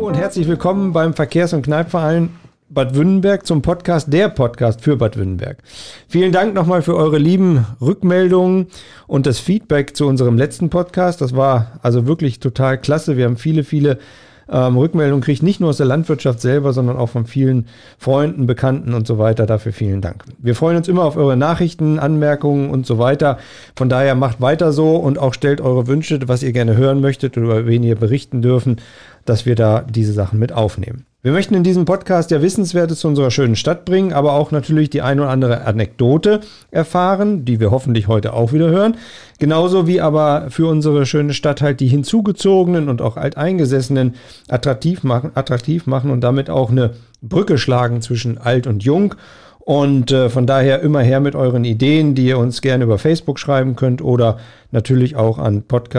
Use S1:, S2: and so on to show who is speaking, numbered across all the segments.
S1: und herzlich willkommen beim Verkehrs- und Kneipverein Bad Wünnenberg zum Podcast, der Podcast für Bad Wünnenberg. Vielen Dank nochmal für eure lieben Rückmeldungen und das Feedback zu unserem letzten Podcast. Das war also wirklich total klasse. Wir haben viele Rückmeldungen gekriegt, nicht nur aus der Landwirtschaft selber, sondern auch von vielen Freunden, Bekannten und so weiter. Dafür vielen Dank. Wir freuen uns immer auf eure Nachrichten, Anmerkungen und so weiter. Von daher macht weiter so und auch stellt eure Wünsche, was ihr gerne hören möchtet oder über wen ihr berichten dürfen, dass wir da diese Sachen mit aufnehmen. Wir möchten in diesem Podcast ja Wissenswertes zu unserer schönen Stadt bringen, aber auch natürlich die ein oder andere Anekdote erfahren, die wir hoffentlich heute auch wieder hören. Genauso wie aber für unsere schöne Stadt halt die Hinzugezogenen und auch Alteingesessenen attraktiv machen und damit auch eine Brücke schlagen zwischen alt und jung. Und von daher immer her mit euren Ideen, die ihr uns gerne über Facebook schreiben könnt oder natürlich auch an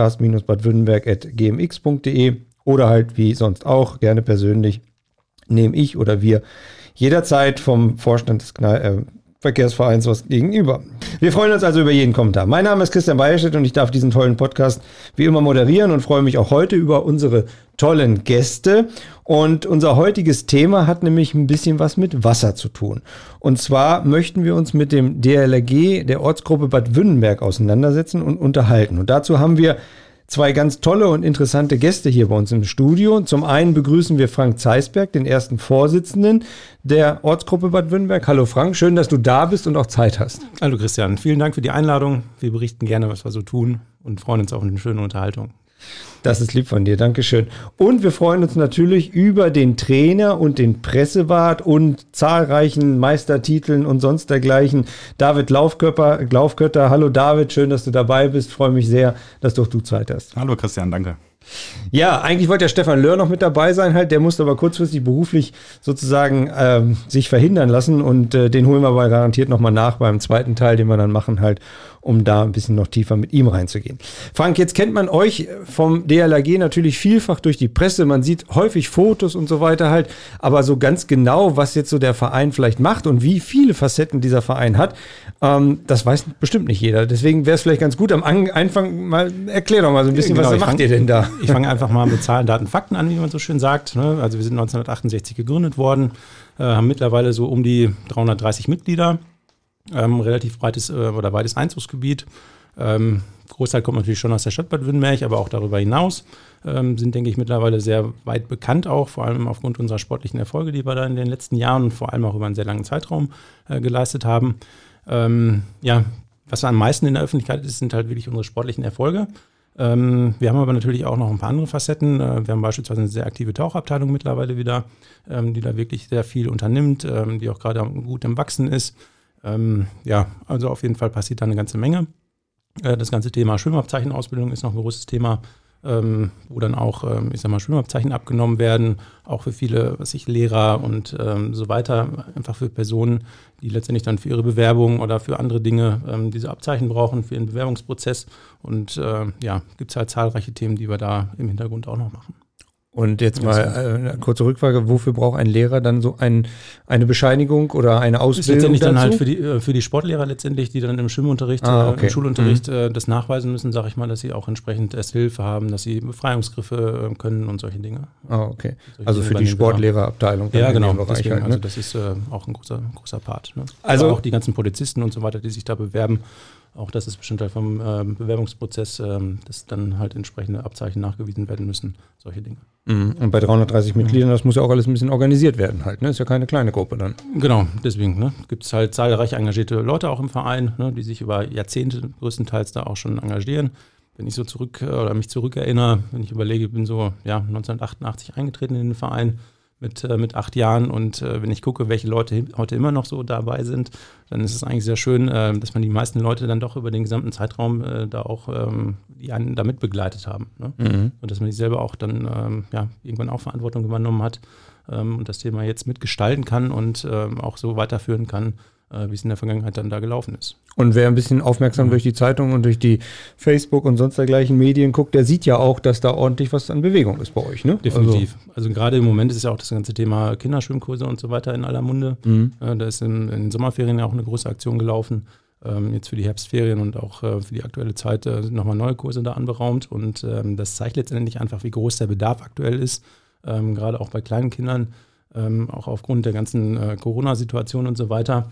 S1: podcast-badwürttemberg@gmx.de oder halt wie sonst auch gerne persönlich nehme ich oder wir jederzeit vom Vorstand des Verkehrsvereins was gegenüber. Wir freuen uns also über jeden Kommentar. Mein Name ist Christian Beierstedt und ich darf diesen tollen Podcast wie immer moderieren und freue mich auch heute über unsere tollen Gäste. Und unser heutiges Thema hat nämlich ein bisschen was mit Wasser zu tun. Und zwar möchten wir uns mit dem DLRG der Ortsgruppe Bad Wünnenberg auseinandersetzen und unterhalten. Und dazu haben wir zwei ganz tolle und interessante Gäste hier bei uns im Studio. Zum einen begrüßen wir Frank Zeisberg, den ersten Vorsitzenden der Ortsgruppe Bad Wünnenberg. Hallo Frank, schön, dass du da bist und auch Zeit hast.
S2: Hallo Christian, vielen Dank für die Einladung. Wir berichten gerne, was wir so tun und freuen uns auf eine schöne Unterhaltung.
S1: Das ist lieb von dir, Dankeschön. Und wir freuen uns natürlich über den Trainer und den Pressewart und zahlreichen Meistertiteln und sonst dergleichen. David Laufkötter. Hallo David, schön, dass du dabei bist. Freue mich sehr, dass du Zeit hast.
S3: Hallo Christian, danke.
S1: Ja, eigentlich wollte ja Stefan Löhr noch mit dabei sein, halt. Der musste aber kurzfristig beruflich sozusagen sich verhindern lassen und den holen wir aber garantiert nochmal nach beim zweiten Teil, den wir dann machen halt, um da ein bisschen noch tiefer mit ihm reinzugehen. Frank, jetzt kennt man euch vom DLRG natürlich vielfach durch die Presse. Man sieht häufig Fotos und so weiter halt, aber so ganz genau, was jetzt so der Verein vielleicht macht und wie viele Facetten dieser Verein hat, das weiß bestimmt nicht jeder. Deswegen wäre es vielleicht ganz gut am Anfang mal, erklär doch mal so ein bisschen, was macht ihr denn da?
S2: Ich fange einfach mal mit Zahlen, Daten, Fakten an, wie man so schön sagt. Also wir sind 1968 gegründet worden, haben mittlerweile so um die 330 Mitglieder, relativ breites oder weites Einzugsgebiet. Großteil kommt natürlich schon aus der Stadt Bad Wünnenberg, aber auch darüber hinaus sind, denke ich, mittlerweile sehr weit bekannt auch, vor allem aufgrund unserer sportlichen Erfolge, die wir da in den letzten Jahren und vor allem auch über einen sehr langen Zeitraum geleistet haben. Was am meisten in der Öffentlichkeit ist, sind halt wirklich unsere sportlichen Erfolge. Wir haben aber natürlich auch noch ein paar andere Facetten. Wir haben beispielsweise eine sehr aktive Tauchabteilung mittlerweile wieder, die da wirklich sehr viel unternimmt, die auch gerade gut im Wachsen ist. Also auf jeden Fall passiert da eine ganze Menge. Das ganze Thema Schwimmabzeichenausbildung ist noch ein großes Thema, wo dann auch, Schwimmabzeichen abgenommen werden, auch für viele, Lehrer und so weiter, einfach für Personen, die letztendlich dann für ihre Bewerbung oder für andere Dinge diese Abzeichen brauchen, für ihren Bewerbungsprozess. Und gibt es halt zahlreiche Themen, die wir da im Hintergrund auch noch machen.
S1: Und jetzt mal eine kurze Rückfrage, wofür braucht ein Lehrer dann so eine Bescheinigung oder eine Ausbildung?
S2: Ist letztendlich dazu? Dann halt für die Sportlehrer letztendlich, die dann im Schwimmunterricht, im Schulunterricht das nachweisen müssen, sage ich mal, dass sie auch entsprechend Ersthilfe haben, dass sie Befreiungsgriffe können und solche Dinge.
S1: Okay. Also für die Sportlehrerabteilung.
S2: Ja, genau. Deswegen, halt, ne? Also das ist auch ein großer Part. Ne? Also aber auch die ganzen Polizisten und so weiter, die sich da bewerben. Auch das ist Bestandteil vom Bewerbungsprozess, dass dann halt entsprechende Abzeichen nachgewiesen werden müssen, solche Dinge.
S1: Und bei 330 Mitgliedern, das muss ja auch alles ein bisschen organisiert werden halt, ne? Ist ja keine kleine Gruppe dann.
S2: Genau, deswegen gibt es halt zahlreich engagierte Leute auch im Verein, die sich über Jahrzehnte größtenteils da auch schon engagieren. Wenn ich so mich zurückerinnere, wenn ich überlege, ich bin so 1988 eingetreten in den Verein, mit 8 Jahren und wenn ich gucke, welche Leute heute immer noch so dabei sind, dann ist es eigentlich sehr schön, dass man die meisten Leute dann doch über den gesamten Zeitraum da auch die einen damit begleitet haben. Ne? Und dass man die selber auch dann irgendwann auch Verantwortung übernommen hat und das Thema jetzt mitgestalten kann und auch so weiterführen kann, wie es in der Vergangenheit dann da gelaufen ist.
S1: Und wer ein bisschen aufmerksam durch die Zeitung und durch die Facebook und sonst dergleichen Medien guckt, der sieht ja auch, dass da ordentlich was an Bewegung ist bei euch, ne?
S2: Definitiv. Also gerade im Moment ist ja auch das ganze Thema Kinderschwimmkurse und so weiter in aller Munde. Da ist in den Sommerferien ja auch eine große Aktion gelaufen. Jetzt für die Herbstferien und auch für die aktuelle Zeit sind nochmal neue Kurse da anberaumt. Und das zeigt letztendlich einfach, wie groß der Bedarf aktuell ist. gerade auch bei kleinen Kindern, auch aufgrund der ganzen Corona-Situation und so weiter,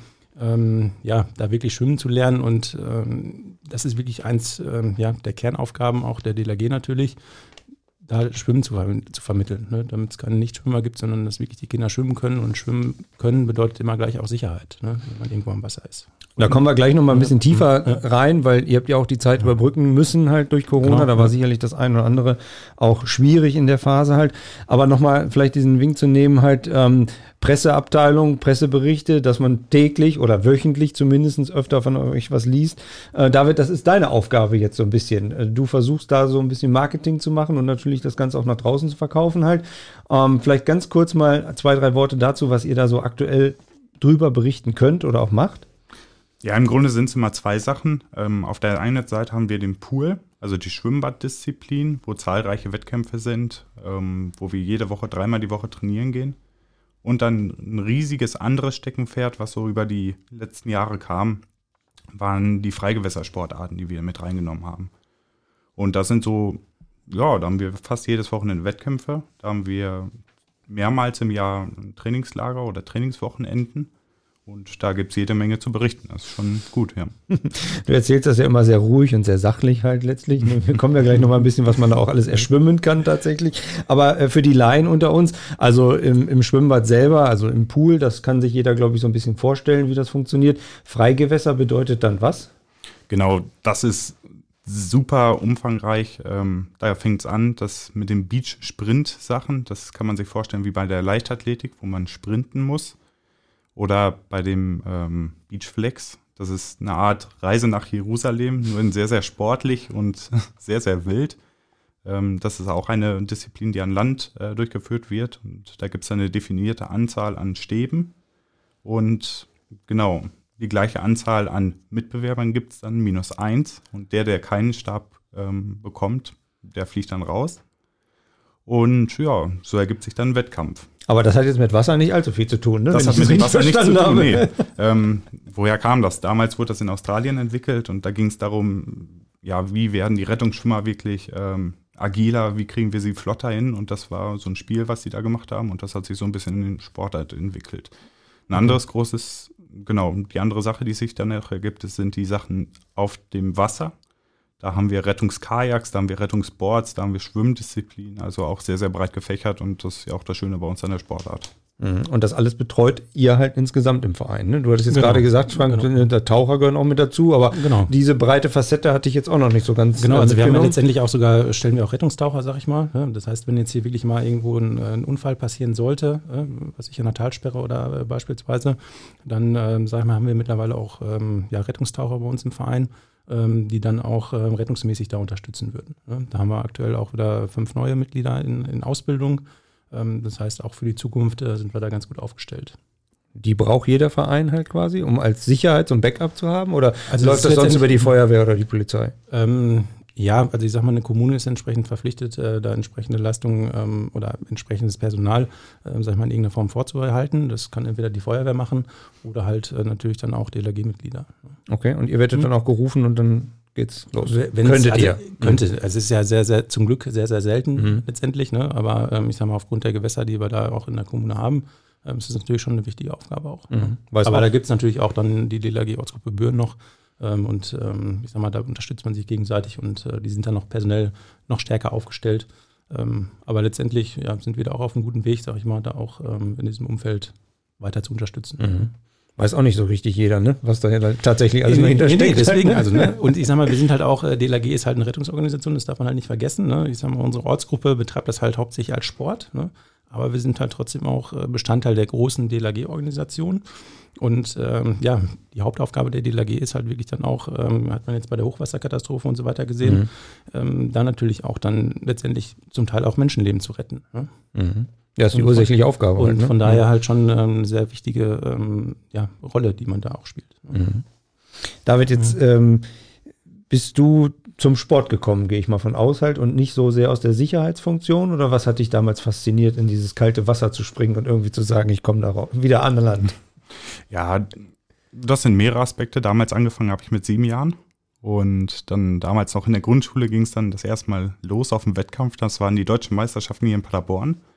S2: da wirklich schwimmen zu lernen. Und das ist wirklich eins der Kernaufgaben auch der DLRG natürlich, da Schwimmen zu vermitteln, ne? Damit es keine Nichtschwimmer gibt, sondern dass wirklich die Kinder schwimmen können. Und schwimmen können bedeutet immer gleich auch Sicherheit, ne? Wenn man irgendwo am Wasser ist.
S1: Da kommen wir gleich noch mal ein bisschen tiefer rein, weil ihr habt ja auch die Zeit überbrücken müssen halt durch Corona. Genau. Da war sicherlich das ein oder andere auch schwierig in der Phase halt. Aber noch mal vielleicht diesen Wink zu nehmen halt, Presseabteilung, Presseberichte, dass man täglich oder wöchentlich zumindest öfter von euch was liest. David, das ist deine Aufgabe jetzt so ein bisschen. Du versuchst da so ein bisschen Marketing zu machen und natürlich das Ganze auch nach draußen zu verkaufen halt. Vielleicht ganz kurz mal 2, 3 Worte dazu, was ihr da so aktuell drüber berichten könnt oder auch macht.
S3: Ja, im Grunde sind es immer 2 Sachen. Auf der einen Seite haben wir den Pool, also die Schwimmbaddisziplin, wo zahlreiche Wettkämpfe sind, wo wir jede Woche 3-mal die Woche trainieren gehen. Und dann ein riesiges anderes Steckenpferd, was so über die letzten Jahre kam, waren die Freigewässersportarten, die wir mit reingenommen haben. Und das sind so, da haben wir fast jedes Wochenende Wettkämpfe. Da haben wir mehrmals im Jahr ein Trainingslager oder Trainingswochenenden. Und da gibt es jede Menge zu berichten. Das ist schon gut, ja.
S1: Du erzählst das ja immer sehr ruhig und sehr sachlich halt letztlich. Wir kommen ja gleich noch mal ein bisschen, was man da auch alles erschwimmen kann tatsächlich. Aber für die Laien unter uns, also im Schwimmbad selber, also im Pool, das kann sich jeder, glaube ich, so ein bisschen vorstellen, wie das funktioniert. Freigewässer bedeutet dann was?
S3: Genau, das ist super umfangreich. Da fängt es an, das mit den Beach-Sprint-Sachen, das kann man sich vorstellen wie bei der Leichtathletik, wo man sprinten muss. Oder bei dem Beachflex, das ist eine Art Reise nach Jerusalem, nur in sehr, sehr sportlich und sehr, sehr wild. Das ist auch eine Disziplin, die an Land durchgeführt wird. Und da gibt es eine definierte Anzahl an Stäben. Und genau, die gleiche Anzahl an Mitbewerbern gibt es dann, -1. Und der keinen Stab bekommt, der fliegt dann raus. Und ja, so ergibt sich dann ein Wettkampf.
S1: Aber das hat jetzt mit Wasser nicht allzu viel zu tun, ne?
S3: Das hat mit dem Wasser nichts zu tun, nee. Woher kam das? Damals wurde das in Australien entwickelt und da ging es darum, wie werden die Rettungsschwimmer wirklich agiler, wie kriegen wir sie flotter hin? Und das war so ein Spiel, was sie da gemacht haben und das hat sich so ein bisschen in den Sportart entwickelt. Ein anderes großes, die andere Sache, die sich dann ergibt, sind die Sachen auf dem Wasser. Da haben wir Rettungskajaks, da haben wir Rettungsboards, da haben wir Schwimmdisziplin, also auch sehr, sehr breit gefächert und das ist ja auch das Schöne bei uns an der Sportart.
S1: Und das alles betreut ihr halt insgesamt im Verein, ne? Du hattest jetzt gerade gesagt, Frank, der Taucher gehören auch mit dazu, aber diese breite Facette hatte ich jetzt auch noch nicht so ganz
S2: also wir haben ja letztendlich auch stellen wir auch Rettungstaucher, sag ich mal. Ja? Das heißt, wenn jetzt hier wirklich mal irgendwo ein Unfall passieren sollte, was ich in der Talsperre oder beispielsweise, dann, haben wir mittlerweile auch Rettungstaucher bei uns im Verein, die dann auch rettungsmäßig da unterstützen würden. Ne? Da haben wir aktuell auch wieder 5 neue Mitglieder in Ausbildung. Das heißt, auch für die Zukunft sind wir da ganz gut aufgestellt.
S1: Die braucht jeder Verein halt quasi, um als Sicherheits- und Backup zu haben? Oder läuft das sonst über die Feuerwehr oder die Polizei?
S2: Also ich sag mal, eine Kommune ist entsprechend verpflichtet, da entsprechende Leistungen oder entsprechendes Personal, in irgendeiner Form vorzuhalten. Das kann entweder die Feuerwehr machen oder halt natürlich dann auch DLRG-Mitglieder.
S1: Okay, und ihr werdet dann auch gerufen und dann geht's los.
S2: Könnte. Also es ist ja sehr, sehr, zum Glück sehr, sehr selten letztendlich, ne? Aber aufgrund der Gewässer, die wir da auch in der Kommune haben, ist das natürlich schon eine wichtige Aufgabe auch. Aber da gibt es natürlich auch dann die DLRG-Ortsgruppe Büren noch. Da unterstützt man sich gegenseitig und die sind dann noch personell noch stärker aufgestellt. Aber letztendlich sind wir da auch auf einem guten Weg, sag ich mal, da auch in diesem Umfeld weiter zu unterstützen.
S1: Weiß auch nicht so richtig jeder, ne? Was da tatsächlich alles dahinter steckt.
S2: Deswegen, und ich sag mal, wir sind halt auch, DLRG ist halt eine Rettungsorganisation, das darf man halt nicht vergessen. Ne? Ich sag mal, unsere Ortsgruppe betreibt das halt hauptsächlich als Sport, ne? Aber wir sind halt trotzdem auch Bestandteil der großen DLRG-Organisation. Und die Hauptaufgabe der DLRG ist halt wirklich dann auch, hat man jetzt bei der Hochwasserkatastrophe und so weiter gesehen, da natürlich auch dann letztendlich zum Teil auch Menschenleben zu retten. Ne?
S1: Ja, ist die ursächliche Aufgabe.
S2: Und von daher halt schon eine sehr wichtige Rolle, die man da auch spielt.
S1: David, jetzt bist du zum Sport gekommen, gehe ich mal von aus halt, und nicht so sehr aus der Sicherheitsfunktion? Oder was hat dich damals fasziniert, in dieses kalte Wasser zu springen und irgendwie zu sagen, ich komme da wieder an Land?
S3: Ja, das sind mehrere Aspekte. Damals angefangen habe ich mit 7 Jahren und dann damals noch in der Grundschule ging es dann das erste Mal los auf dem Wettkampf. Das waren die deutschen Meisterschaften hier in Paderborn.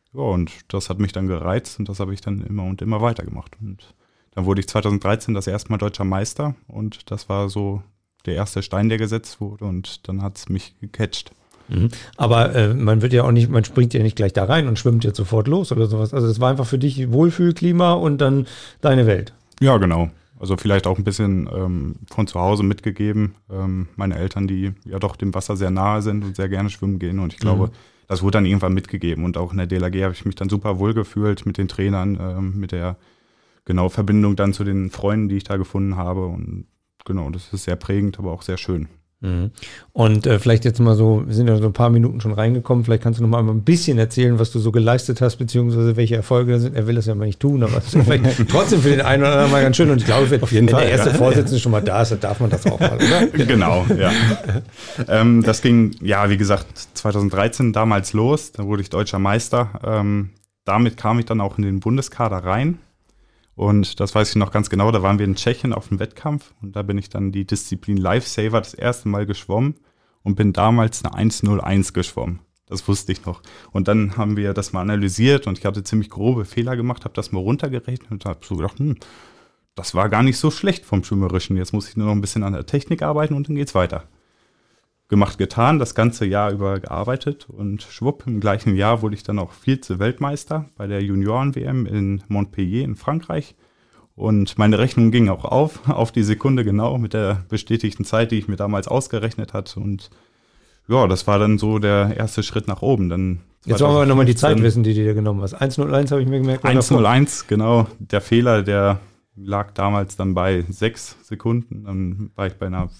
S3: Ja, und das hat mich dann gereizt und das habe ich dann immer und immer weitergemacht. Und dann wurde ich 2013 das erste Mal deutscher Meister und das war so der erste Stein, der gesetzt wurde und dann hat es mich gecatcht.
S1: Aber man wird ja auch nicht, man springt ja nicht gleich da rein und schwimmt jetzt sofort los oder sowas. Also das war einfach für dich Wohlfühlklima und dann deine Welt.
S3: Ja, genau. Also vielleicht auch ein bisschen von zu Hause mitgegeben. Meine Eltern, die ja doch dem Wasser sehr nahe sind und sehr gerne schwimmen gehen. Und ich glaube, das wurde dann irgendwann mitgegeben. Und auch in der DLRG habe ich mich dann super wohl gefühlt mit den Trainern, mit der Verbindung dann zu den Freunden, die ich da gefunden habe. Und genau, das ist sehr prägend, aber auch sehr schön.
S1: Und vielleicht jetzt mal so, wir sind ja so ein paar Minuten schon reingekommen, vielleicht kannst du noch mal ein bisschen erzählen, was du so geleistet hast, beziehungsweise welche Erfolge das sind. Er will das ja mal nicht tun, aber es ist vielleicht trotzdem für den einen oder anderen mal ganz schön. Und ich glaube, wenn der erste Vorsitzende schon mal da ist, dann darf man das auch mal, oder?
S3: Genau, ja. Das ging, ja, wie gesagt, 2013 damals los, da wurde ich deutscher Meister. Damit kam ich dann auch in den Bundeskader rein. Und das weiß ich noch ganz genau, da waren wir in Tschechien auf einem Wettkampf und da bin ich dann die Disziplin Lifesaver das erste Mal geschwommen und bin damals eine 1:01 geschwommen. Das wusste ich noch. Und dann haben wir das mal analysiert und ich hatte ziemlich grobe Fehler gemacht, habe das mal runtergerechnet und habe so gedacht, das war gar nicht so schlecht vom Schwimmerischen. Jetzt muss ich nur noch ein bisschen an der Technik arbeiten und dann geht's weiter. Gemacht, getan, das ganze Jahr über gearbeitet und schwupp, im gleichen Jahr wurde ich dann auch Vize-Weltmeister bei der Junioren-WM in Montpellier in Frankreich und meine Rechnung ging auch auf die Sekunde genau mit der bestätigten Zeit, die ich mir damals ausgerechnet hatte und ja, das war dann so der erste Schritt nach oben. Dann
S1: jetzt wollen wir nochmal die Zeit wissen, die du dir genommen hast. 1:01 habe ich mir gemerkt.
S3: 1:01, genau. Der Fehler, der lag damals dann bei 6 Sekunden, dann war ich bei einer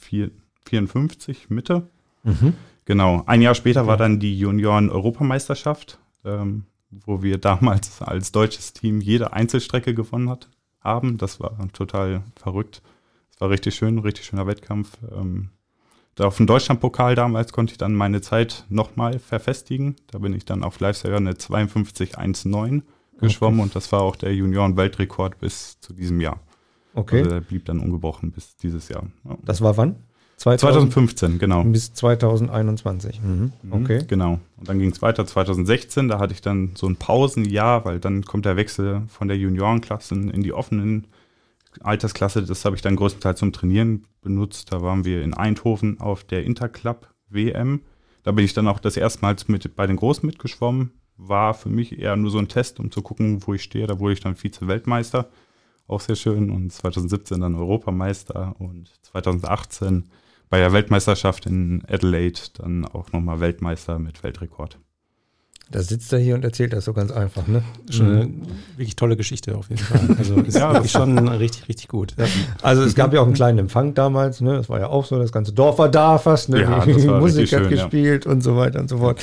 S3: 54 Mitte. Genau, ein Jahr später war dann die Junioren-Europameisterschaft, wo wir damals als deutsches Team jede Einzelstrecke gewonnen haben. Das war total verrückt. Es war richtig schön, richtig schöner Wettkampf. Da auf dem Deutschlandpokal damals konnte ich dann meine Zeit nochmal verfestigen. Da bin ich dann auf Lifesaver eine 52:19 geschwommen und das war auch der Junioren-Weltrekord bis zu diesem Jahr.
S1: Okay.
S3: Also der blieb dann ungebrochen bis dieses Jahr. Ja.
S1: Das war wann?
S3: 2015, genau.
S1: Bis 2021. Okay.
S3: Genau. Und dann ging es weiter 2016. Da hatte ich dann so ein Pausenjahr, weil dann kommt der Wechsel von der Juniorenklasse in die offenen Altersklasse. Das habe ich dann größtenteils zum Trainieren benutzt. Da waren wir in Eindhoven auf der Interclub WM. Da bin ich dann auch das erste Mal bei den Großen mitgeschwommen. War für mich eher nur so ein Test, um zu gucken, wo ich stehe. Da wurde ich dann Vize-Weltmeister. Auch sehr schön. Und 2017 dann Europameister und 2018 bei der Weltmeisterschaft in Adelaide dann auch nochmal Weltmeister mit Weltrekord.
S1: Da sitzt er hier und erzählt das so ganz einfach, ne?
S2: Schon eine wirklich tolle Geschichte auf jeden Fall. Also ist wirklich schon richtig, richtig gut. Ja.
S1: Also es gab ja auch einen kleinen Empfang damals, ne? Das war ja auch so, das ganze Dorf war da fast, ne?
S3: Ja,
S1: die
S3: das war
S1: Musik hat
S3: schön,
S1: gespielt und so weiter und so fort.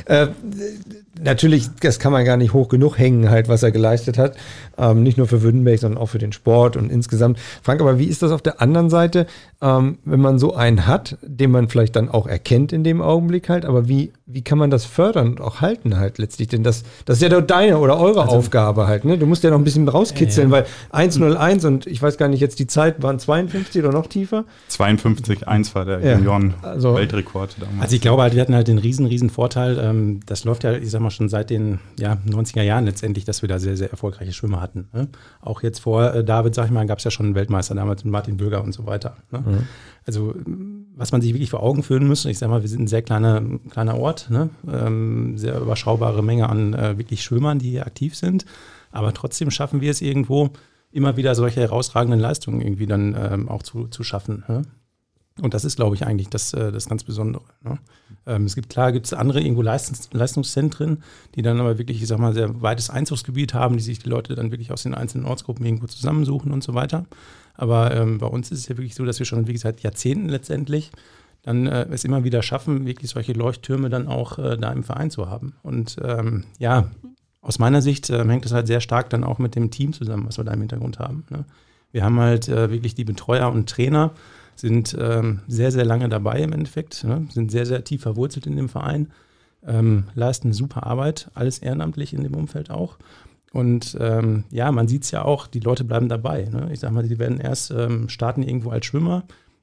S1: Natürlich, das kann man gar nicht hoch genug hängen, halt, was er geleistet hat. Nicht nur für Württemberg, sondern auch für den Sport und insgesamt. Frank, aber wie ist das auf der anderen Seite, wenn man so einen hat, den man vielleicht dann auch erkennt in dem Augenblick halt, aber wie kann man das fördern und auch halten halt letztlich? Denn das ist ja doch deine oder eure Aufgabe halt, ne? Du musst ja noch ein bisschen rauskitzeln, weil 1:01 und ich weiß gar nicht, jetzt die Zeit waren 52 oder noch tiefer?
S3: 52:1 war der Junioren-Weltrekord damals.
S2: Also ich glaube halt, wir hatten halt den riesen Vorteil, das läuft ja, ich sag mal, schon seit den 90er Jahren letztendlich, dass wir da sehr, sehr erfolgreiche Schwimmer hatten. Ne? Auch jetzt vor David, sag ich mal, gab es ja schon einen Weltmeister damals mit Martin Böger und so weiter. Ne? Also was man sich wirklich vor Augen führen muss, ich sag mal, wir sind ein sehr kleiner Ort, ne? Sehr überschaubare Menge an wirklich Schwimmern, die hier aktiv sind, aber trotzdem schaffen wir es irgendwo, immer wieder solche herausragenden Leistungen irgendwie dann auch zu schaffen. Ne? Und das ist, glaube ich, eigentlich das ganz Besondere. Ne? Es gibt andere irgendwo Leistungszentren, die dann aber wirklich, ich sag mal, sehr weites Einzugsgebiet haben, die sich die Leute dann wirklich aus den einzelnen Ortsgruppen irgendwo zusammensuchen und so weiter. Aber bei uns ist es ja wirklich so, dass wir schon wirklich seit Jahrzehnten letztendlich dann es immer wieder schaffen, wirklich solche Leuchttürme dann auch da im Verein zu haben. Und aus meiner Sicht hängt es halt sehr stark dann auch mit dem Team zusammen, was wir da im Hintergrund haben. Ne? Wir haben halt wirklich die Betreuer und Trainer, sind sehr, sehr lange dabei im Endeffekt, ne? Sind sehr, sehr tief verwurzelt in dem Verein, leisten eine super Arbeit, alles ehrenamtlich in dem Umfeld auch. Und man sieht es ja auch, die Leute bleiben dabei. Ne? Ich sag mal, die werden erst starten irgendwo als Schwimmer,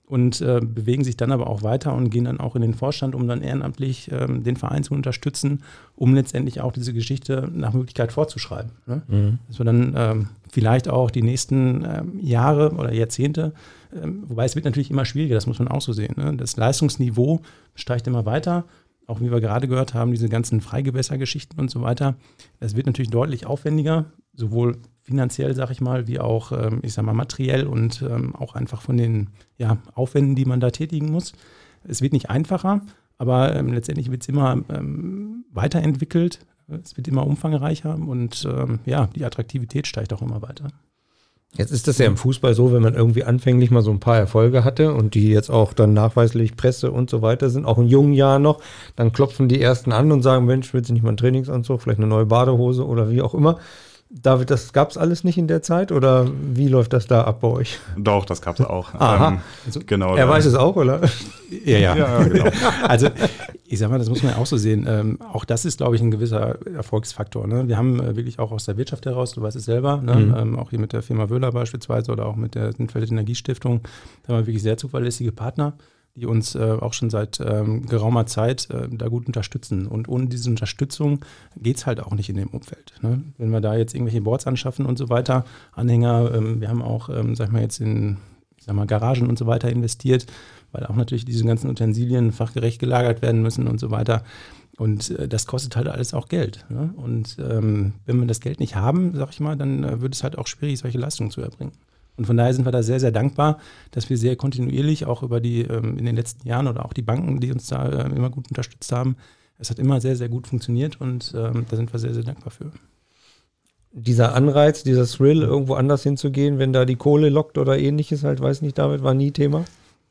S2: und bewegen sich dann aber auch weiter und gehen dann auch in den Vorstand, um dann ehrenamtlich den Verein zu unterstützen, um letztendlich auch diese Geschichte nach Möglichkeit fortzuschreiben. Ne? Mhm. Dass wir dann vielleicht auch die nächsten Jahre oder Jahrzehnte, wobei es wird natürlich immer schwieriger, das muss man auch so sehen. Ne? Das Leistungsniveau steigt immer weiter, auch wie wir gerade gehört haben, diese ganzen Freigewässergeschichten und so weiter. Das wird natürlich deutlich aufwendiger, sowohl finanziell, sag ich mal, wie auch, materiell und auch einfach von den Aufwänden, die man da tätigen muss. Es wird nicht einfacher, aber letztendlich wird es immer weiterentwickelt, es wird immer umfangreicher und die Attraktivität steigt auch immer weiter.
S1: Jetzt ist das ja im Fußball so, wenn man irgendwie anfänglich mal so ein paar Erfolge hatte und die jetzt auch dann nachweislich Presse und so weiter sind, auch in jungen Jahren noch, dann klopfen die Ersten an und sagen, Mensch, willst du nicht mal einen Trainingsanzug, vielleicht eine neue Badehose oder wie auch immer. David, das gab es alles nicht in der Zeit oder wie läuft das da ab bei euch?
S3: Doch, das gab es auch.
S1: Aha.
S3: Genau.
S1: Er weiß es auch, oder?
S2: Ja, genau. Also ich sag mal, das muss man ja auch so sehen. Auch das ist, glaube ich, ein gewisser Erfolgsfaktor. Ne? Wir haben wirklich auch aus der Wirtschaft heraus, du weißt es selber, ne? Auch hier mit der Firma Wöhler beispielsweise oder auch mit der Sintfeld Energiestiftung, da haben wir wirklich sehr zuverlässige Partner, die uns auch schon seit geraumer Zeit da gut unterstützen. Und ohne diese Unterstützung geht es halt auch nicht in dem Umfeld. Ne? Wenn wir da jetzt irgendwelche Boards anschaffen und so weiter, Anhänger, wir haben auch, jetzt in Garagen und so weiter investiert, weil auch natürlich diese ganzen Utensilien fachgerecht gelagert werden müssen und so weiter. Und das kostet halt alles auch Geld. Ne? Und wenn wir das Geld nicht haben, sag ich mal, dann wird es halt auch schwierig, solche Leistungen zu erbringen. Und von daher sind wir da sehr, sehr dankbar, dass wir sehr kontinuierlich auch über die in den letzten Jahren oder auch die Banken, die uns da immer gut unterstützt haben, es hat immer sehr, sehr gut funktioniert und da sind wir sehr, sehr dankbar für.
S1: Dieser Anreiz, dieser Thrill, irgendwo anders hinzugehen, wenn da die Kohle lockt oder ähnliches, halt, weiß nicht, David, war nie Thema?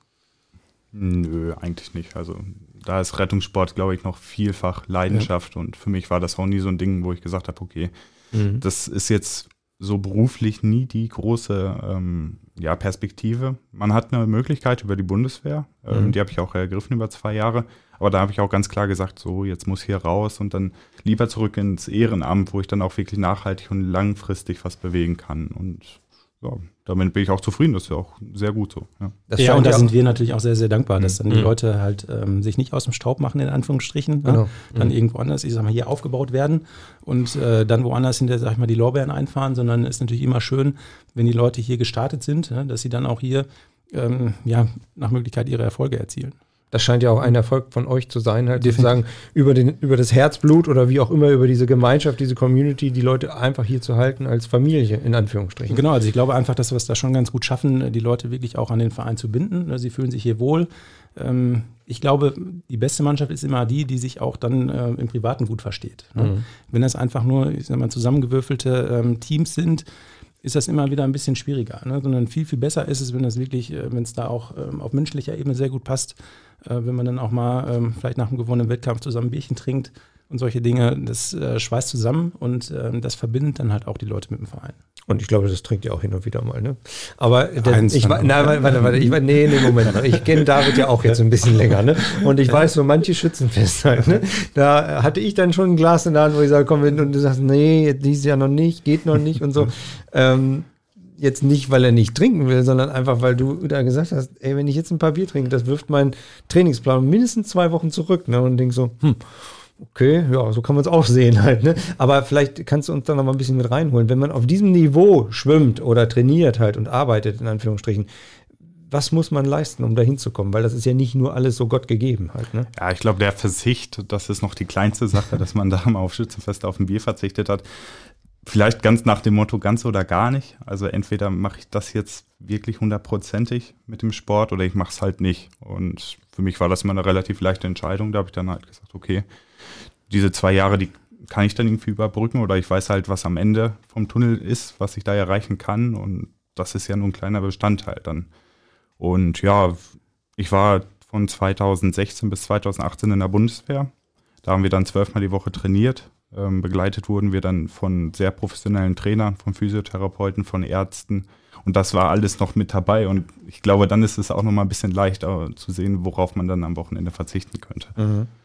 S3: Nö, eigentlich nicht. Also da ist Rettungssport, glaube ich, noch vielfach Leidenschaft und für mich war das auch nie so ein Ding, wo ich gesagt habe, okay, das ist jetzt so beruflich nie die große Perspektive. Man hat eine Möglichkeit über die Bundeswehr, die habe ich auch ergriffen über 2 Jahre, aber da habe ich auch ganz klar gesagt, so jetzt muss hier raus und dann lieber zurück ins Ehrenamt, wo ich dann auch wirklich nachhaltig und langfristig was bewegen kann und ja, damit bin ich auch zufrieden, das ist ja auch sehr gut so.
S2: Ja, und da sind wir natürlich auch sehr, sehr dankbar, dass dann die Leute halt sich nicht aus dem Staub machen, in Anführungsstrichen, genau. Dann irgendwo anders, ich sag mal, hier aufgebaut werden und dann woanders hinter, sag ich mal, die Lorbeeren einfahren, sondern es ist natürlich immer schön, wenn die Leute hier gestartet sind, dass sie dann auch hier nach Möglichkeit ihre Erfolge erzielen.
S1: Das scheint ja auch ein Erfolg von euch zu sein, halt sozusagen über das Herzblut oder wie auch immer, über diese Gemeinschaft, diese Community, die Leute einfach hier zu halten als Familie, in Anführungsstrichen.
S2: Genau, also ich glaube einfach, dass wir es da schon ganz gut schaffen, die Leute wirklich auch an den Verein zu binden. Sie fühlen sich hier wohl. Ich glaube, die beste Mannschaft ist immer die sich auch dann im Privaten gut versteht. Wenn das einfach nur, ich sag mal, zusammengewürfelte Teams sind, ist das immer wieder ein bisschen schwieriger. Ne? Sondern viel, viel besser ist es, wenn das wirklich, wenn es da auch auf menschlicher Ebene sehr gut passt, wenn man dann auch mal vielleicht nach einem gewonnenen Wettkampf zusammen ein Bierchen trinkt und solche Dinge, das schweißt zusammen und das verbindet dann halt auch die Leute mit dem Verein.
S1: Und ich glaube, das trinkt ja auch hin und wieder mal, ne? Aber Moment. Ich kenne David ja auch jetzt ein bisschen länger, ne? Und ich weiß so manche Schützenfest halt, ne? Da hatte ich dann schon ein Glas in der Hand, wo ich sage, komm, und du sagst, nee, dieses Jahr noch nicht, geht noch nicht und so. Jetzt nicht, weil er nicht trinken will, sondern einfach, weil du da gesagt hast, ey, wenn ich jetzt ein paar Bier trinke, das wirft meinen Trainingsplan mindestens 2 Wochen zurück, ne? Und denk so, okay, ja, so kann man es auch sehen halt, ne? Aber vielleicht kannst du uns da noch mal ein bisschen mit reinholen. Wenn man auf diesem Niveau schwimmt oder trainiert halt und arbeitet, in Anführungsstrichen, was muss man leisten, um da hinzukommen? Weil das ist ja nicht nur alles so Gott gegeben halt, ne?
S3: Ja, ich glaube, der Verzicht, das ist noch die kleinste Sache, dass man da mal auf Schützenfest auf ein Bier verzichtet hat. Vielleicht ganz nach dem Motto ganz oder gar nicht. Also entweder mache ich das jetzt wirklich 100%ig mit dem Sport oder ich mache es halt nicht. Und für mich war das immer eine relativ leichte Entscheidung. Da habe ich dann halt gesagt, okay, diese 2 Jahre, die kann ich dann irgendwie überbrücken oder ich weiß halt, was am Ende vom Tunnel ist, was ich da erreichen kann. Und das ist ja nur ein kleiner Bestandteil dann. Und ja, ich war von 2016 bis 2018 in der Bundeswehr. Da haben wir dann 12-mal die Woche trainiert. Begleitet wurden wir dann von sehr professionellen Trainern, von Physiotherapeuten, von Ärzten. Und das war alles noch mit dabei. Und ich glaube, dann ist es auch noch mal ein bisschen leichter zu sehen, worauf man dann am Wochenende verzichten könnte.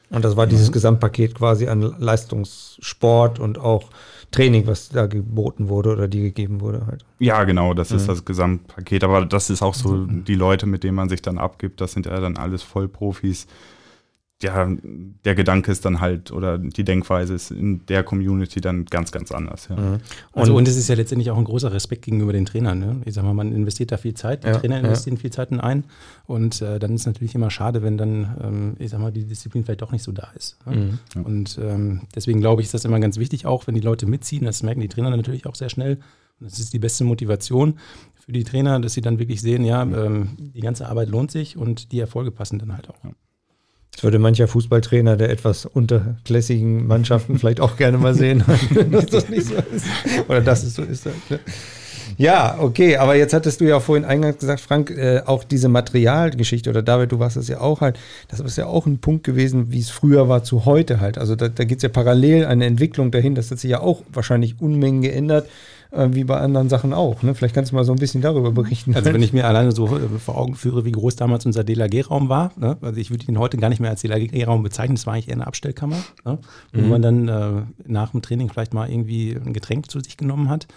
S1: Und das war dieses Gesamtpaket quasi an Leistungssport und auch Training, was da geboten wurde oder die gegeben wurde halt.
S3: Ja, genau, das ist das Gesamtpaket. Aber das ist auch so die Leute, mit denen man sich dann abgibt. Das sind ja dann alles Vollprofis. Ja, der Gedanke ist dann halt, oder die Denkweise ist in der Community dann ganz, ganz anders. Ja.
S2: Und es ist ja letztendlich auch ein großer Respekt gegenüber den Trainern. Ne? Ich sag mal, man investiert da viel Zeit, die Trainer investieren viel Zeit ein und dann ist es natürlich immer schade, wenn dann, ich sag mal, die Disziplin vielleicht doch nicht so da ist. Ne? Und deswegen glaube ich, ist das immer ganz wichtig, auch wenn die Leute mitziehen, das merken die Trainer natürlich auch sehr schnell. Und das ist die beste Motivation für die Trainer, dass sie dann wirklich sehen, die ganze Arbeit lohnt sich und die Erfolge passen dann halt auch.
S3: Ja.
S1: Das würde mancher Fußballtrainer der etwas unterklassigen Mannschaften vielleicht auch gerne mal sehen, dass das nicht so ist. Oder dass es so ist. Halt, ne? Ja, okay, aber jetzt hattest du ja vorhin eingangs gesagt, Frank, auch diese Materialgeschichte, oder David, du warst es ja auch halt, das ist ja auch ein Punkt gewesen, wie es früher war zu heute halt. Also da gibt es ja parallel eine Entwicklung dahin, das hat sich ja auch wahrscheinlich Unmengen geändert, wie bei anderen Sachen auch. Ne? Vielleicht kannst du mal so ein bisschen darüber berichten.
S2: Also wenn ich mir alleine so vor Augen führe, wie groß damals unser DLRG-Raum war, ne? Also ich würde ihn heute gar nicht mehr als DLRG-Raum bezeichnen, das war eigentlich eher eine Abstellkammer, ne? Wo man dann nach dem Training vielleicht mal irgendwie ein Getränk zu sich genommen hat.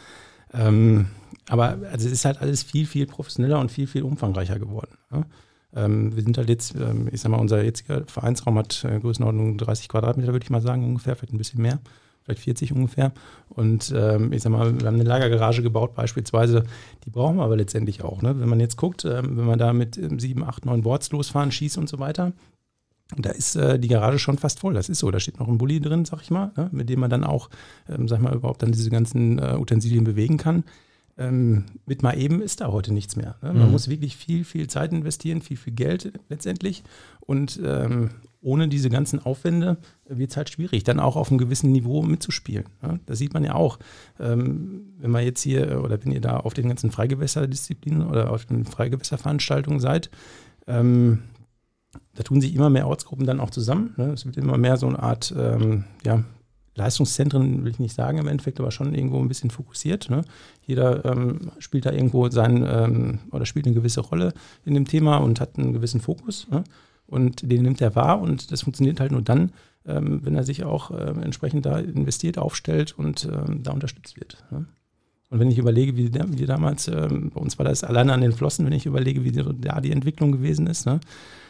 S2: Aber also es ist halt alles viel, viel professioneller und viel, viel umfangreicher geworden. Ne? Wir sind halt jetzt, ich sag mal, unser jetziger Vereinsraum hat Größenordnung 30 Quadratmeter, würde ich mal sagen, ungefähr, vielleicht ein bisschen mehr. Vielleicht 40 ungefähr. Und ich sag mal, wir haben eine Lagergarage gebaut beispielsweise, die brauchen wir aber letztendlich auch. Ne? Wenn man jetzt guckt, wenn wir da mit 7, 8, 9 Boards losfahren, schießen und so weiter, da ist die Garage schon fast voll. Das ist so, da steht noch ein Bulli drin, sag ich mal, ne? Mit dem man dann auch, sag ich mal, überhaupt dann diese ganzen Utensilien bewegen kann. Mit mal eben ist da heute nichts mehr. Ne? Man muss wirklich viel, viel Zeit investieren, viel, viel Geld letztendlich. Und ohne diese ganzen Aufwände wird es halt schwierig, dann auch auf einem gewissen Niveau mitzuspielen. Ne? Das sieht man ja auch. Wenn man jetzt hier oder wenn ihr da auf den ganzen Freigewässerdisziplinen oder auf den Freigewässerveranstaltungen seid, da tun sich immer mehr Ortsgruppen dann auch zusammen. Ne? Es wird immer mehr so eine Art Leistungszentren, will ich nicht sagen im Endeffekt, aber schon irgendwo ein bisschen fokussiert. Ne? Jeder spielt da irgendwo oder spielt eine gewisse Rolle in dem Thema und hat einen gewissen Fokus. Ne? Und den nimmt er wahr und das funktioniert halt nur dann, wenn er sich auch entsprechend da investiert, aufstellt und da unterstützt wird. Ne? Und wenn ich überlege, wie damals, bei uns war das alleine an den Flossen, wenn ich überlege, wie da die Entwicklung gewesen ist, ne?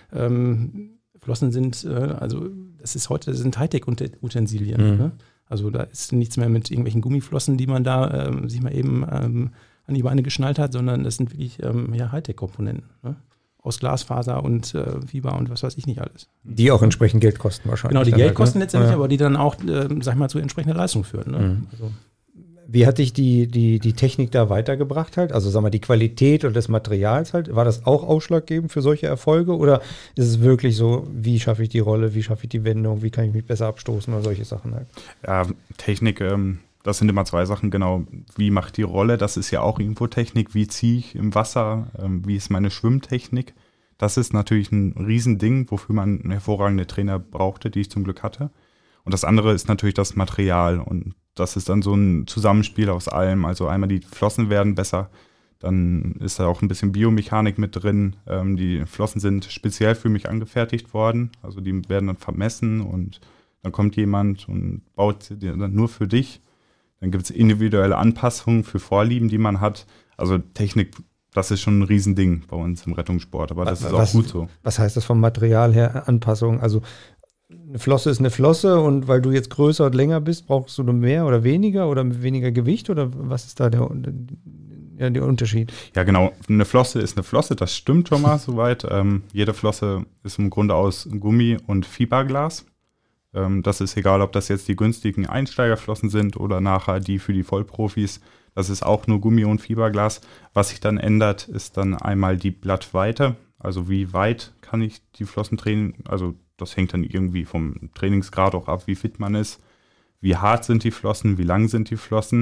S2: Flossen sind, das sind Hightech-Utensilien. Ne? Also da ist nichts mehr mit irgendwelchen Gummiflossen, die man da sich mal eben an die Beine geschnallt hat, sondern das sind wirklich Hightech-Komponenten. Ne? Aus Glasfaser und Fieber und was weiß ich nicht alles.
S1: Die auch entsprechend Geld kosten wahrscheinlich.
S2: Genau, die Geld kosten letztendlich, aber die dann auch, sag ich mal, zu entsprechender Leistung führen. Ne? Also.
S1: Wie hat dich die Technik da weitergebracht halt? Also sag mal, die Qualität oder des Materials halt, war das auch ausschlaggebend für solche Erfolge? Oder ist es wirklich so, wie schaffe ich die Rolle, wie schaffe ich die Wendung, wie kann ich mich besser abstoßen oder solche Sachen halt?
S3: Ja, Technik, das sind immer zwei Sachen, genau. Wie macht die Rolle? Das ist ja auch irgendwo Technik. Wie ziehe ich im Wasser? Wie ist meine Schwimmtechnik? Das ist natürlich ein Riesending, wofür man hervorragende Trainer brauchte, die ich zum Glück hatte. Und das andere ist natürlich das Material. Und das ist dann so ein Zusammenspiel aus allem. Also einmal die Flossen werden besser, dann ist da auch ein bisschen Biomechanik mit drin. Die Flossen sind speziell für mich angefertigt worden. Also die werden dann vermessen und dann kommt jemand und baut sie dann nur für dich. Dann gibt es individuelle Anpassungen für Vorlieben, die man hat. Also Technik, das ist schon ein Riesending bei uns im Rettungssport, aber das ist auch gut so.
S1: Was heißt das vom Material her, Anpassung? Also eine Flosse ist eine Flosse und weil du jetzt größer und länger bist, brauchst du nur mehr oder mit weniger Gewicht oder was ist da der Unterschied?
S3: Ja genau, eine Flosse ist eine Flosse, das stimmt schon mal soweit. Jede Flosse ist im Grunde aus Gummi und Fiberglas. Das ist egal, ob das jetzt die günstigen Einsteigerflossen sind oder nachher die für die Vollprofis. Das ist auch nur Gummi und Fiberglas. Was sich dann ändert, ist dann einmal die Blattweite. Also wie weit kann ich die Flossen trainieren? Also das hängt dann irgendwie vom Trainingsgrad auch ab, wie fit man ist. Wie hart sind die Flossen, wie lang sind die Flossen.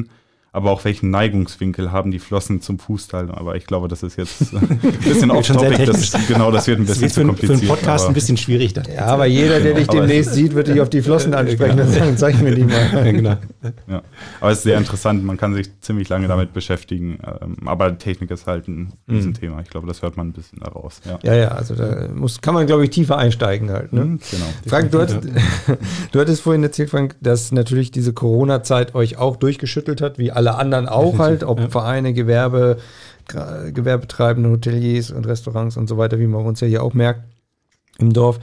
S3: aber auch welchen Neigungswinkel haben die Flossen zum Fußteil. Aber ich glaube, das ist jetzt ein bisschen off-topic. Das wird ein bisschen zu kompliziert.
S2: Für einen Podcast ein bisschen schwierig.
S1: Ja, aber jeder, der dich demnächst sieht, wird dich auf die Flossen ansprechen und sagen, zeig mir die mal.
S2: Ja, genau.
S3: Ja. Aber es ist sehr interessant, man kann sich ziemlich lange damit beschäftigen. Aber Technik ist halt ein Riesenthema. Ich glaube, das hört man ein bisschen daraus.
S1: Ja, also da kann man, glaube ich, tiefer einsteigen halt. Ne?
S3: Genau.
S1: Frank, du hattest vorhin erzählt, Frank, dass natürlich diese Corona-Zeit euch auch durchgeschüttelt hat, wie alle anderen auch halt, ob Vereine, Gewerbetreibende, Hoteliers und Restaurants und so weiter, wie man uns ja hier auch merkt im Dorf.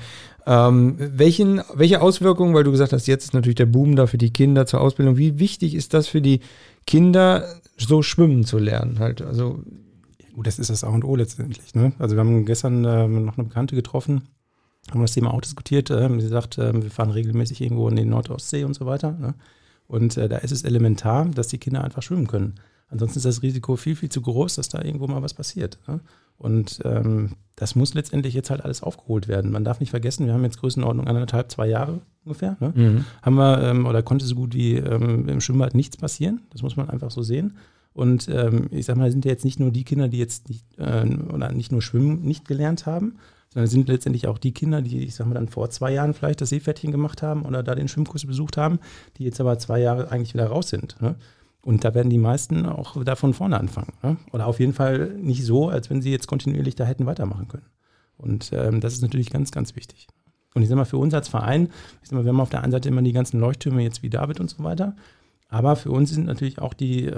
S1: Welche Auswirkungen, weil du gesagt hast, jetzt ist natürlich der Boom da für die Kinder zur Ausbildung, wie wichtig ist das für die Kinder, so schwimmen zu lernen halt? Also
S2: gut, das ist das A und O letztendlich. Ne? Also wir haben gestern noch eine Bekannte getroffen, haben das Thema auch diskutiert. Sie sagt, wir fahren regelmäßig irgendwo in die Nordostsee und so weiter. Ne? Und da ist es elementar, dass die Kinder einfach schwimmen können. Ansonsten ist das Risiko viel, viel zu groß, dass da irgendwo mal was passiert. Ne? Und das muss letztendlich jetzt halt alles aufgeholt werden. Man darf nicht vergessen, wir haben jetzt Größenordnung 1,5, 2 Jahre ungefähr. Ne? Haben wir oder konnte so gut wie im Schwimmbad nichts passieren. Das muss man einfach so sehen. Und ich sag mal, sind ja jetzt nicht nur die Kinder, die jetzt nicht nur Schwimmen nicht gelernt haben, sondern sind letztendlich auch die Kinder, die, ich sag mal, dann vor 2 Jahren vielleicht das Seepferdchen gemacht haben oder da den Schwimmkurs besucht haben, die jetzt aber 2 Jahre eigentlich wieder raus sind. Ne? Und da werden die meisten auch da von vorne anfangen. Ne? Oder auf jeden Fall nicht so, als wenn sie jetzt kontinuierlich da hätten weitermachen können. Und das ist natürlich ganz, ganz wichtig. Und ich sag mal, für uns als Verein, wir haben auf der einen Seite immer die ganzen Leuchttürme jetzt wie David und so weiter. Aber für uns sind natürlich auch die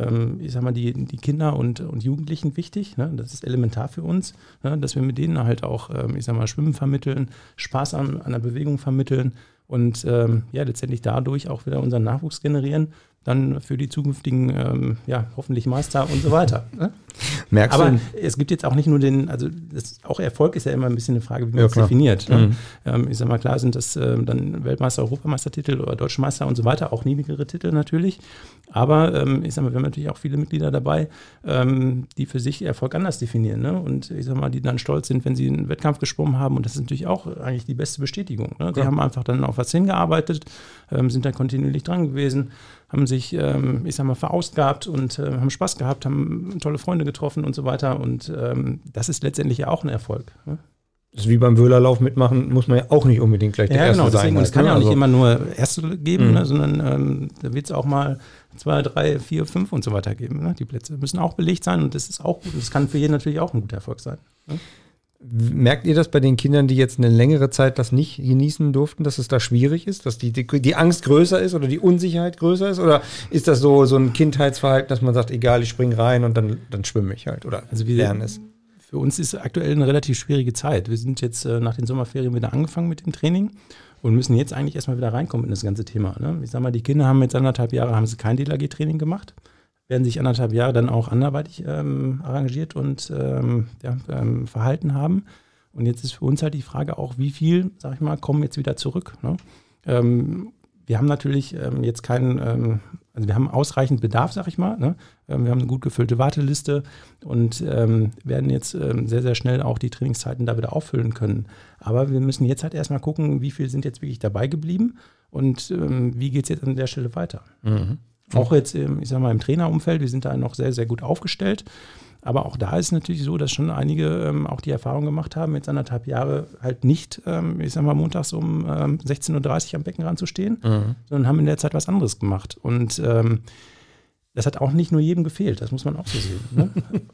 S2: Kinder und Jugendlichen wichtig. Ne? Das ist elementar für uns, ne? Dass wir mit denen halt auch, Schwimmen vermitteln, Spaß an der Bewegung vermitteln und letztendlich dadurch auch wieder unseren Nachwuchs generieren, dann für die zukünftigen, hoffentlich Meister und so weiter. Ne?
S1: Merkst
S2: Aber
S1: du?
S2: es gibt jetzt auch nicht nur auch Erfolg ist ja immer ein bisschen eine Frage, wie man es definiert. Ne? Ich sag mal, klar sind das dann Weltmeister, Europameistertitel oder Deutsche Meister und so weiter, auch niedrigere Titel natürlich. Aber wir haben natürlich auch viele Mitglieder dabei, die für sich Erfolg anders definieren. Ne? Und die dann stolz sind, wenn sie einen Wettkampf geschwommen haben. Und das ist natürlich auch eigentlich die beste Bestätigung. Ne? Die haben einfach dann auf was hingearbeitet, sind dann kontinuierlich dran gewesen, haben sich, verausgabt und haben Spaß gehabt, haben tolle Freunde getroffen und so weiter. Und das ist letztendlich ja auch ein Erfolg. Ne?
S1: Das ist wie beim Wöhlerlauf mitmachen, muss man ja auch nicht unbedingt gleich der Erste sein.
S2: Und es kann ja auch nicht immer nur Erste geben, ne, sondern da wird es auch mal 2, 3, 4, 5 und so weiter geben. Ne? Die Plätze müssen auch belegt sein und das ist auch gut. Das kann für jeden natürlich auch ein guter Erfolg sein. Ne?
S1: Merkt ihr das bei den Kindern, die jetzt eine längere Zeit das nicht genießen durften, dass es da schwierig ist, dass die Angst größer ist oder die Unsicherheit größer ist? Oder ist das so ein Kindheitsverhalten, dass man sagt, egal, ich springe rein und dann schwimme ich halt oder lerne es?
S2: Für uns ist aktuell eine relativ schwierige Zeit. Wir sind jetzt nach den Sommerferien wieder angefangen mit dem Training und müssen jetzt eigentlich erstmal wieder reinkommen in das ganze Thema. Ne? Ich sag mal, die Kinder haben jetzt 1,5 Jahre haben sie kein DLRG-Training gemacht, werden sich 1,5 Jahre dann auch anderweitig arrangiert und verhalten haben. Und jetzt ist für uns halt die Frage auch, wie viel, sag ich mal, kommen jetzt wieder zurück. Ne? Wir haben natürlich jetzt keinen, wir haben ausreichend Bedarf, sag ich mal. Ne? Wir haben eine gut gefüllte Warteliste und werden jetzt sehr, sehr schnell auch die Trainingszeiten da wieder auffüllen können. Aber wir müssen jetzt halt erstmal gucken, wie viel sind jetzt wirklich dabei geblieben und wie geht es jetzt an der Stelle weiter. Mhm. Auch jetzt, im Trainerumfeld, wir sind da noch sehr, sehr gut aufgestellt. Aber auch da ist natürlich so, dass schon einige auch die Erfahrung gemacht haben, jetzt 1,5 Jahre halt nicht, montags um 16.30 Uhr am Beckenrand zu stehen, sondern haben in der Zeit was anderes gemacht. Und das hat auch nicht nur jedem gefehlt, das muss man auch so sehen. Ne?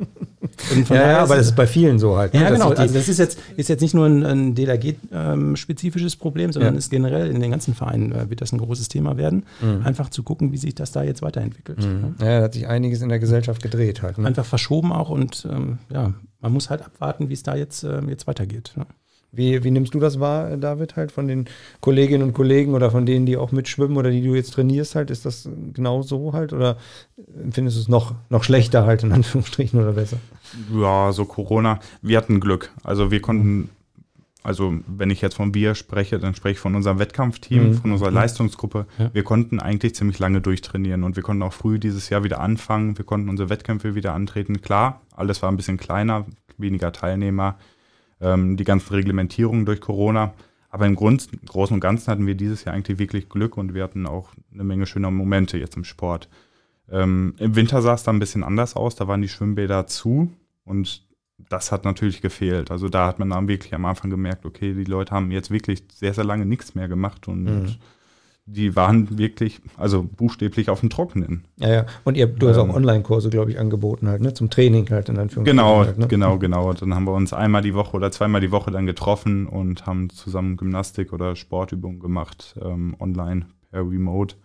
S1: Aber das ist bei vielen so halt.
S2: Ne? Ja, genau. Also das ist jetzt nicht nur ein DLRG-spezifisches Problem, sondern ist generell in den ganzen Vereinen wird das ein großes Thema werden. Einfach zu gucken, wie sich das da jetzt weiterentwickelt. Ne?
S1: Ja, da hat sich einiges in der Gesellschaft gedreht halt. Ne?
S2: Einfach verschoben auch und man muss halt abwarten, wie es da jetzt weitergeht. Ne?
S1: Wie nimmst du das wahr, David, halt von den Kolleginnen und Kollegen oder von denen, die auch mitschwimmen oder die du jetzt trainierst halt? Ist das genau so halt oder findest du es noch schlechter halt in Anführungsstrichen oder besser?
S3: Ja, so Corona, wir hatten Glück. Also wir konnten, wenn ich jetzt von wir spreche, dann spreche ich von unserem Wettkampfteam, von unserer Leistungsgruppe. Ja. Wir konnten eigentlich ziemlich lange durchtrainieren und wir konnten auch früh dieses Jahr wieder anfangen. Wir konnten unsere Wettkämpfe wieder antreten. Klar, alles war ein bisschen kleiner, weniger Teilnehmer. Die ganzen Reglementierungen durch Corona. Aber im Großen und Ganzen hatten wir dieses Jahr eigentlich wirklich Glück und wir hatten auch eine Menge schöner Momente jetzt im Sport. Im Winter sah es da ein bisschen anders aus, da waren die Schwimmbäder zu und das hat natürlich gefehlt. Also da hat man dann wirklich am Anfang gemerkt, okay, die Leute haben jetzt wirklich sehr, sehr lange nichts mehr gemacht und die waren wirklich, also buchstäblich auf dem Trockenen.
S1: Ja. Und du hast auch Online-Kurse, glaube ich, angeboten halt, ne? Zum Training halt in Anführungszeichen.
S3: Genau,
S1: halt, ne?
S3: genau. Dann haben wir uns einmal die Woche oder zweimal die Woche dann getroffen und haben zusammen Gymnastik oder Sportübungen gemacht, online per Remote.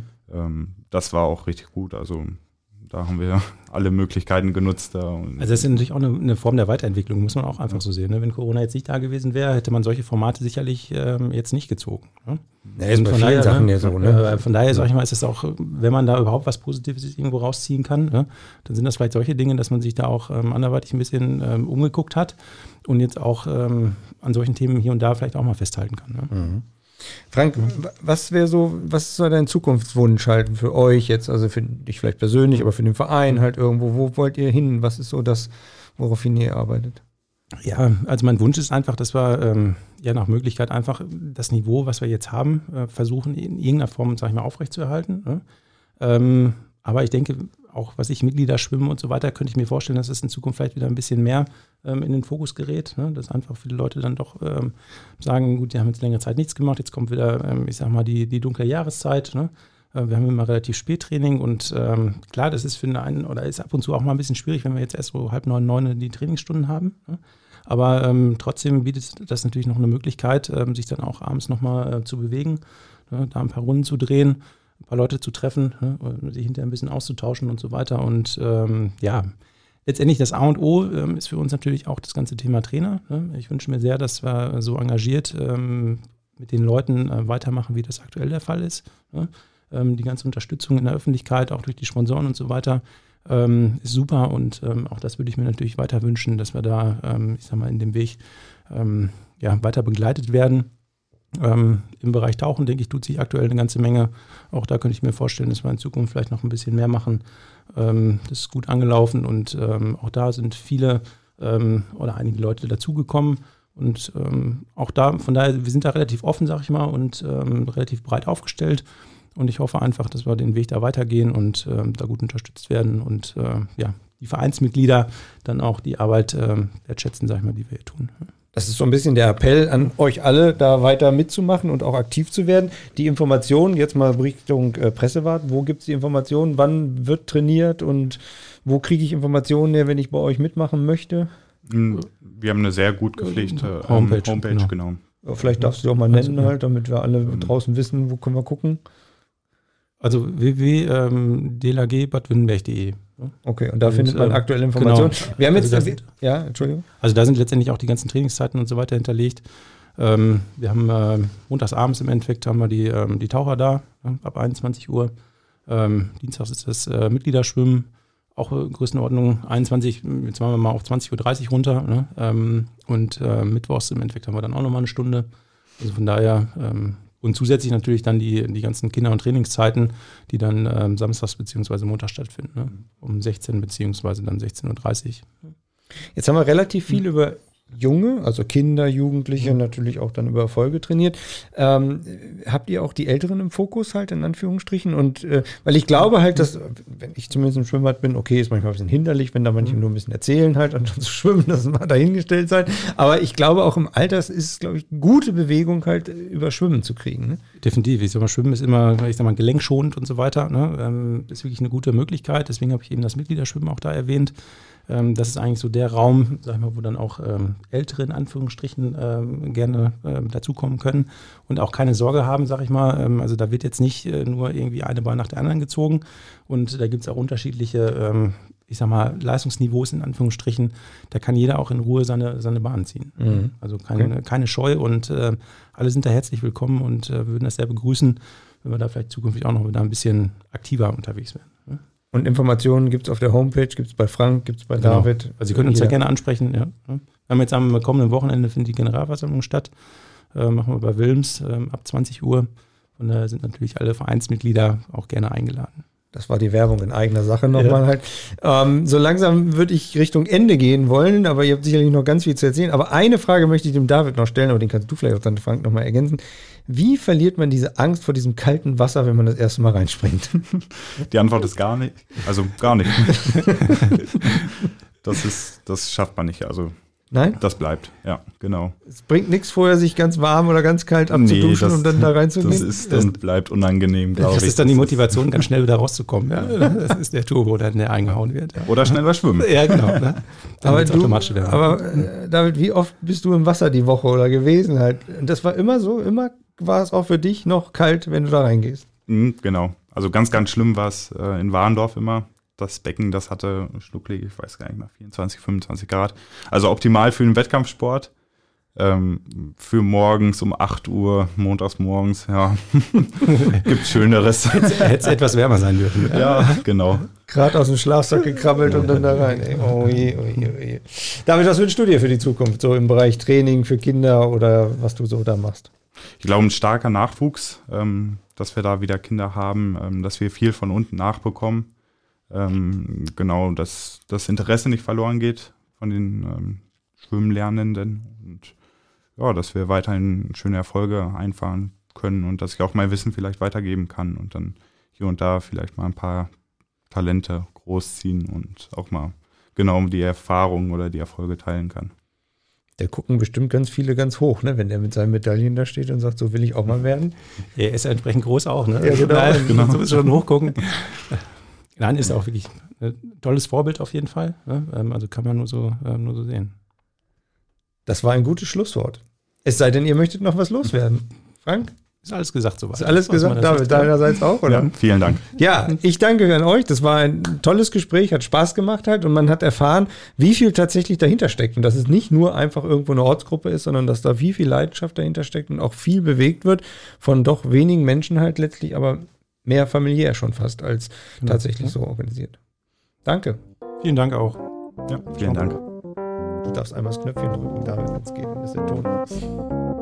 S3: Das war auch richtig gut. Also da haben wir alle Möglichkeiten genutzt.
S2: Also das ist natürlich auch eine Form der Weiterentwicklung, muss man auch einfach so sehen. Ne? Wenn Corona jetzt nicht da gewesen wäre, hätte man solche Formate sicherlich jetzt nicht gezogen. Ne?
S1: Ja, ist bei vielen Sachen ja so. Ne?
S2: Von daher, sag ich mal, ist es auch, wenn man da überhaupt was Positives irgendwo rausziehen kann, ne? Dann sind das vielleicht solche Dinge, dass man sich da auch anderweitig ein bisschen umgeguckt hat und jetzt auch an solchen Themen hier und da vielleicht auch mal festhalten kann. Ne?
S1: Frank, was ist so dein Zukunftswunsch halt für euch jetzt, also für dich vielleicht persönlich, aber für den Verein halt irgendwo, wo wollt ihr hin? Was ist so das, woraufhin ihr arbeitet?
S2: Ja, also mein Wunsch ist einfach, dass wir nach Möglichkeit einfach das Niveau, was wir jetzt haben, versuchen in irgendeiner Form, sag ich mal, aufrechtzuerhalten. Ne? Aber ich denke, auch was ich Mitglieder schwimmen und so weiter, könnte ich mir vorstellen, dass es in Zukunft vielleicht wieder ein bisschen mehr in den Fokus gerät. Ne? Dass einfach viele Leute dann doch sagen, gut, die haben jetzt längere Zeit nichts gemacht, jetzt kommt wieder, ich sag mal, die dunkle Jahreszeit. Ne? Wir haben immer relativ Spättraining und klar, das ist für einen oder ist ab und zu auch mal ein bisschen schwierig, wenn wir jetzt erst so 8:30, 9 die Trainingsstunden haben. Ne? Aber trotzdem bietet das natürlich noch eine Möglichkeit, sich dann auch abends nochmal zu bewegen, ne? Da ein paar Runden zu drehen, ein paar Leute zu treffen, ne? Sich hinterher ein bisschen auszutauschen und so weiter. Und letztendlich das A und O ist für uns natürlich auch das ganze Thema Trainer. Ne? Ich wünsche mir sehr, dass wir so engagiert mit den Leuten weitermachen, wie das aktuell der Fall ist. Ne? Die ganze Unterstützung in der Öffentlichkeit, auch durch die Sponsoren und so weiter, ist super. Und auch das würde ich mir natürlich weiter wünschen, dass wir da, in dem Weg weiter begleitet werden. Im Bereich Tauchen, denke ich, tut sich aktuell eine ganze Menge. Auch da könnte ich mir vorstellen, dass wir in Zukunft vielleicht noch ein bisschen mehr machen. Das ist gut angelaufen und auch da sind viele oder einige Leute dazugekommen. Und auch da, von daher, wir sind da relativ offen, sag ich mal, und relativ breit aufgestellt. Und ich hoffe einfach, dass wir den Weg da weitergehen und da gut unterstützt werden und die Vereinsmitglieder dann auch die Arbeit wertschätzen, sag ich mal, die wir hier tun.
S1: Das ist so ein bisschen der Appell an euch alle, da weiter mitzumachen und auch aktiv zu werden. Die Informationen, jetzt mal Richtung Pressewart, wo gibt es die Informationen, wann wird trainiert und wo kriege ich Informationen her, wenn ich bei euch mitmachen möchte?
S3: Wir haben eine sehr gut gepflegte Homepage, genau.
S1: Ja, vielleicht darfst du auch mal nennen halt, damit wir alle draußen wissen, wo können wir gucken.
S2: Also www.dlag-badwürttemberg.de.
S1: Okay, und da findet man aktuelle Informationen.
S2: Genau.
S1: Wir haben jetzt, Entschuldigung.
S2: Also da sind letztendlich auch die ganzen Trainingszeiten und so weiter hinterlegt. Wir haben montags abends im Endeffekt haben wir die Taucher da, ab 21 Uhr. Dienstags ist das Mitgliederschwimmen, auch Größenordnung 21, jetzt machen wir mal auf 20:30 Uhr runter. Ne? Und mittwochs im Endeffekt haben wir dann auch nochmal eine Stunde. Also von daher und zusätzlich natürlich dann die ganzen Kinder- und Trainingszeiten, die dann samstags bzw. montags stattfinden, ne? Um 16 bzw. dann 16:30 Uhr.
S1: Jetzt haben wir relativ viel über Junge, also Kinder, Jugendliche, natürlich auch dann über Erfolge trainiert. Habt ihr auch die Älteren im Fokus halt, in Anführungsstrichen? Und weil ich glaube halt, dass, wenn ich zumindest im Schwimmbad bin, okay, ist manchmal ein bisschen hinderlich, wenn da manche nur ein bisschen erzählen halt, anstatt zu schwimmen, das mal dahingestellt sein. Aber ich glaube, auch im Alter ist es, glaube ich, eine gute Bewegung halt, über Schwimmen zu kriegen. Ne?
S2: Definitiv. Ich sag mal, Schwimmen ist immer, gelenkschonend und so weiter. Ne? Ist wirklich eine gute Möglichkeit. Deswegen habe ich eben das Mitgliederschwimmen auch da erwähnt. Das ist eigentlich so der Raum, sag ich mal, wo dann auch Ältere in Anführungsstrichen gerne dazukommen können und auch keine Sorge haben, sag ich mal. Also da wird jetzt nicht nur irgendwie eine Bahn nach der anderen gezogen und da gibt es auch unterschiedliche, Leistungsniveaus in Anführungsstrichen. Da kann jeder auch in Ruhe seine Bahn ziehen. Mhm. Also keine Scheu und alle sind da herzlich willkommen und würden das sehr begrüßen, wenn wir da vielleicht zukünftig auch noch wieder ein bisschen aktiver unterwegs werden. Ne?
S1: Und Informationen gibt es auf der Homepage, gibt es bei Frank, gibt es bei David.
S2: Also Sie können uns ja gerne ansprechen. Ja. Wir haben jetzt am kommenden Wochenende findet die Generalversammlung statt. Machen wir bei Wilms ab 20 Uhr. Und da sind natürlich alle Vereinsmitglieder auch gerne eingeladen.
S1: Das war die Werbung in eigener Sache nochmal halt. So langsam würde ich Richtung Ende gehen wollen, aber ihr habt sicherlich noch ganz viel zu erzählen. Aber eine Frage möchte ich dem David noch stellen, aber den kannst du vielleicht auch dann, Frank, nochmal ergänzen. Wie verliert man diese Angst vor diesem kalten Wasser, wenn man das erste Mal reinspringt?
S3: Die Antwort ist gar nicht. Also gar nicht. Das schafft man nicht. Also
S1: Nein?
S3: das bleibt. Ja, genau.
S1: Es bringt nichts vorher, sich ganz warm oder ganz kalt abzuduschen und dann da reinzugehen?
S3: Das ist und bleibt unangenehm, glaube ich.
S2: Das ist dann die Motivation, ganz schnell wieder rauszukommen. Ja? Das ist der Turbo, der eingehauen wird. Ja.
S3: Oder schneller schwimmen.
S2: Ja, genau. Ne?
S1: Aber David, wie oft bist du im Wasser die Woche oder gewesen halt? Und das war immer so, immer war es auch für dich noch kalt, wenn du da reingehst?
S3: Genau. Also ganz, ganz schlimm war es in Warendorf immer. Das Becken, das hatte Schluckliege, ich weiß gar nicht mehr, 24, 25 Grad. Also optimal für den Wettkampfsport. Für morgens um 8 Uhr, montags morgens, ja. Gibt Schöneres.
S2: Hätte etwas wärmer sein dürfen.
S3: Ja, genau.
S1: Gerade aus dem Schlafsack gekrabbelt und dann da rein. Ey, oh je. David, was wünschst du dir für die Zukunft? So im Bereich Training für Kinder oder was du so da machst?
S3: Ich glaube, ein starker Nachwuchs, dass wir da wieder Kinder haben, dass wir viel von unten nachbekommen. Genau, dass das Interesse nicht verloren geht von den Schwimmlernenden und ja, dass wir weiterhin schöne Erfolge einfahren können und dass ich auch mein Wissen vielleicht weitergeben kann und dann hier und da vielleicht mal ein paar Talente großziehen und auch mal genau die Erfahrungen oder die Erfolge teilen kann.
S1: Da gucken bestimmt ganz viele ganz hoch, ne, wenn der mit seinen Medaillen da steht und sagt, so will ich auch mal werden.
S2: Er ist ja entsprechend groß auch, ne?
S1: Ja, genau.
S2: Nein, so ist schon hochgucken. Nein, ist auch wirklich ein tolles Vorbild auf jeden Fall. Ne? Also kann man nur so sehen.
S1: Das war ein gutes Schlusswort. Es sei denn, ihr möchtet noch was loswerden. Frank?
S2: Ist alles gesagt soweit.
S1: Ist alles gesagt, David, deinerseits auch, oder?
S3: Ja, vielen Dank.
S1: Ja, ich danke an euch. Das war ein tolles Gespräch, hat Spaß gemacht halt und man hat erfahren, wie viel tatsächlich dahinter steckt und dass es nicht nur einfach irgendwo eine Ortsgruppe ist, sondern dass da wie viel Leidenschaft dahinter steckt und auch viel bewegt wird von doch wenigen Menschen halt letztlich, aber mehr familiär schon fast als tatsächlich so organisiert. Danke.
S2: Vielen Dank auch.
S3: Ja, vielen Dank.
S1: Du darfst einmal das Knöpfchen drücken, David, wenn es geht, wenn es der Ton ist.